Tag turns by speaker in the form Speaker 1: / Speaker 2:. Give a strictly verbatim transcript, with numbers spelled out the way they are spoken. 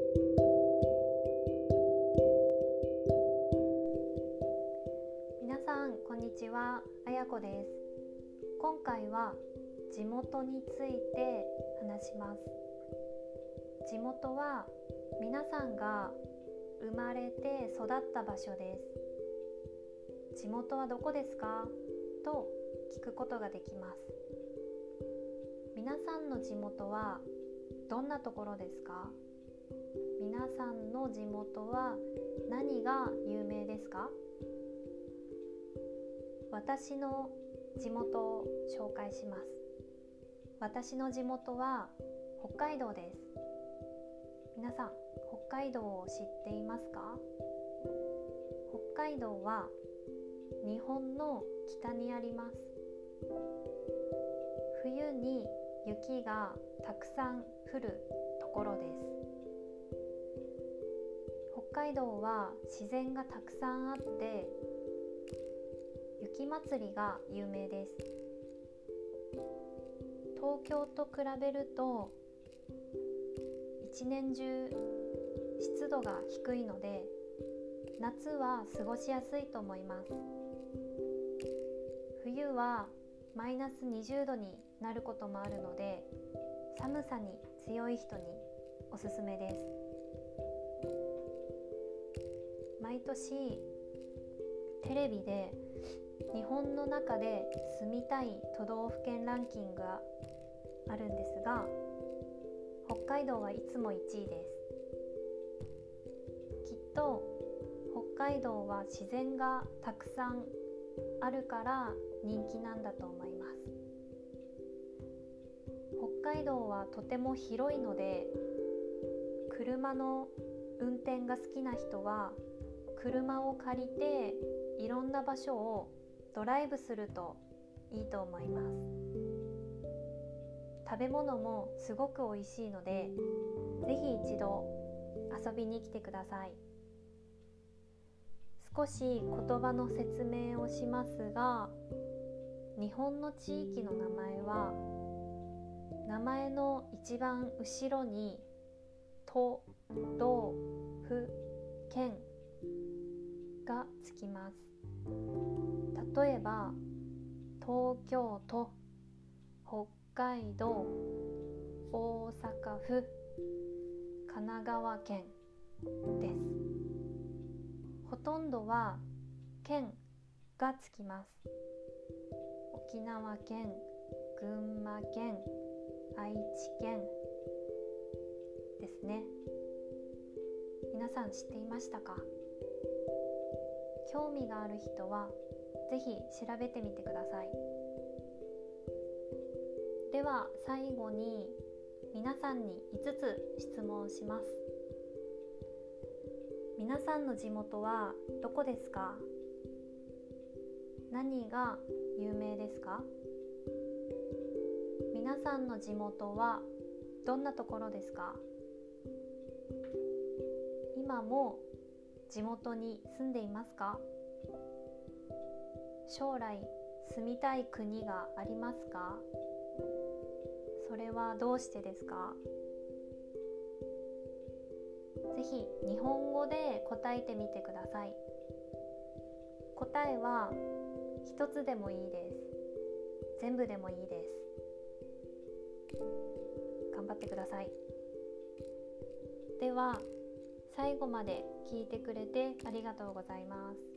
Speaker 1: 皆さんこんにちは、あやこです。今回は地元について話します。地元は皆さんが生まれて育った場所です。地元はどこですかと聞くことができます。皆さんの地元はどんなところですか？皆さんの地元は何が有名ですか？私の地元を紹介します。私の地元は北海道です。皆さん、北海道を知っていますか？北海道は日本の北にあります。冬に雪がたくさん降るところです。北海道は自然がたくさんあって雪まつりが有名です。東京と比べると一年中湿度が低いので夏は過ごしやすいと思います。冬はマイナスにじゅうどになることもあるので寒さに強い人におすすめです。毎年テレビで日本の中で住みたい都道府県ランキングがあるんですが、北海道はいつもいちいです。きっと北海道は自然がたくさんあるから人気なんだと思います。北海道はとても広いので、車の運転が好きな人は車を借りていろんな場所をドライブするといいと思います。食べ物もすごく美味しいので、ぜひ一度遊びに来てください。少し言葉の説明をしますが、日本の地域の名前は名前の一番後ろに都道府県がつきます。例えば東京都、北海道、大阪府、神奈川県です。ほとんどは県がつきます。沖縄県、群馬県、愛知県ですね。皆さん知っていましたか？興味がある人はぜひ調べてみてください。では最後に皆さんにいつつ質問をします。皆さんの地元はどこですか？何が有名ですか？皆さんの地元はどんなところですか？今も地元に住んでいますか？将来住みたい国がありますか？それはどうしてですか？ぜひ日本語で答えてみてください。答えは一つでもいいです。全部でもいいです。頑張ってください。では最後まで聞いてくれてありがとうございます。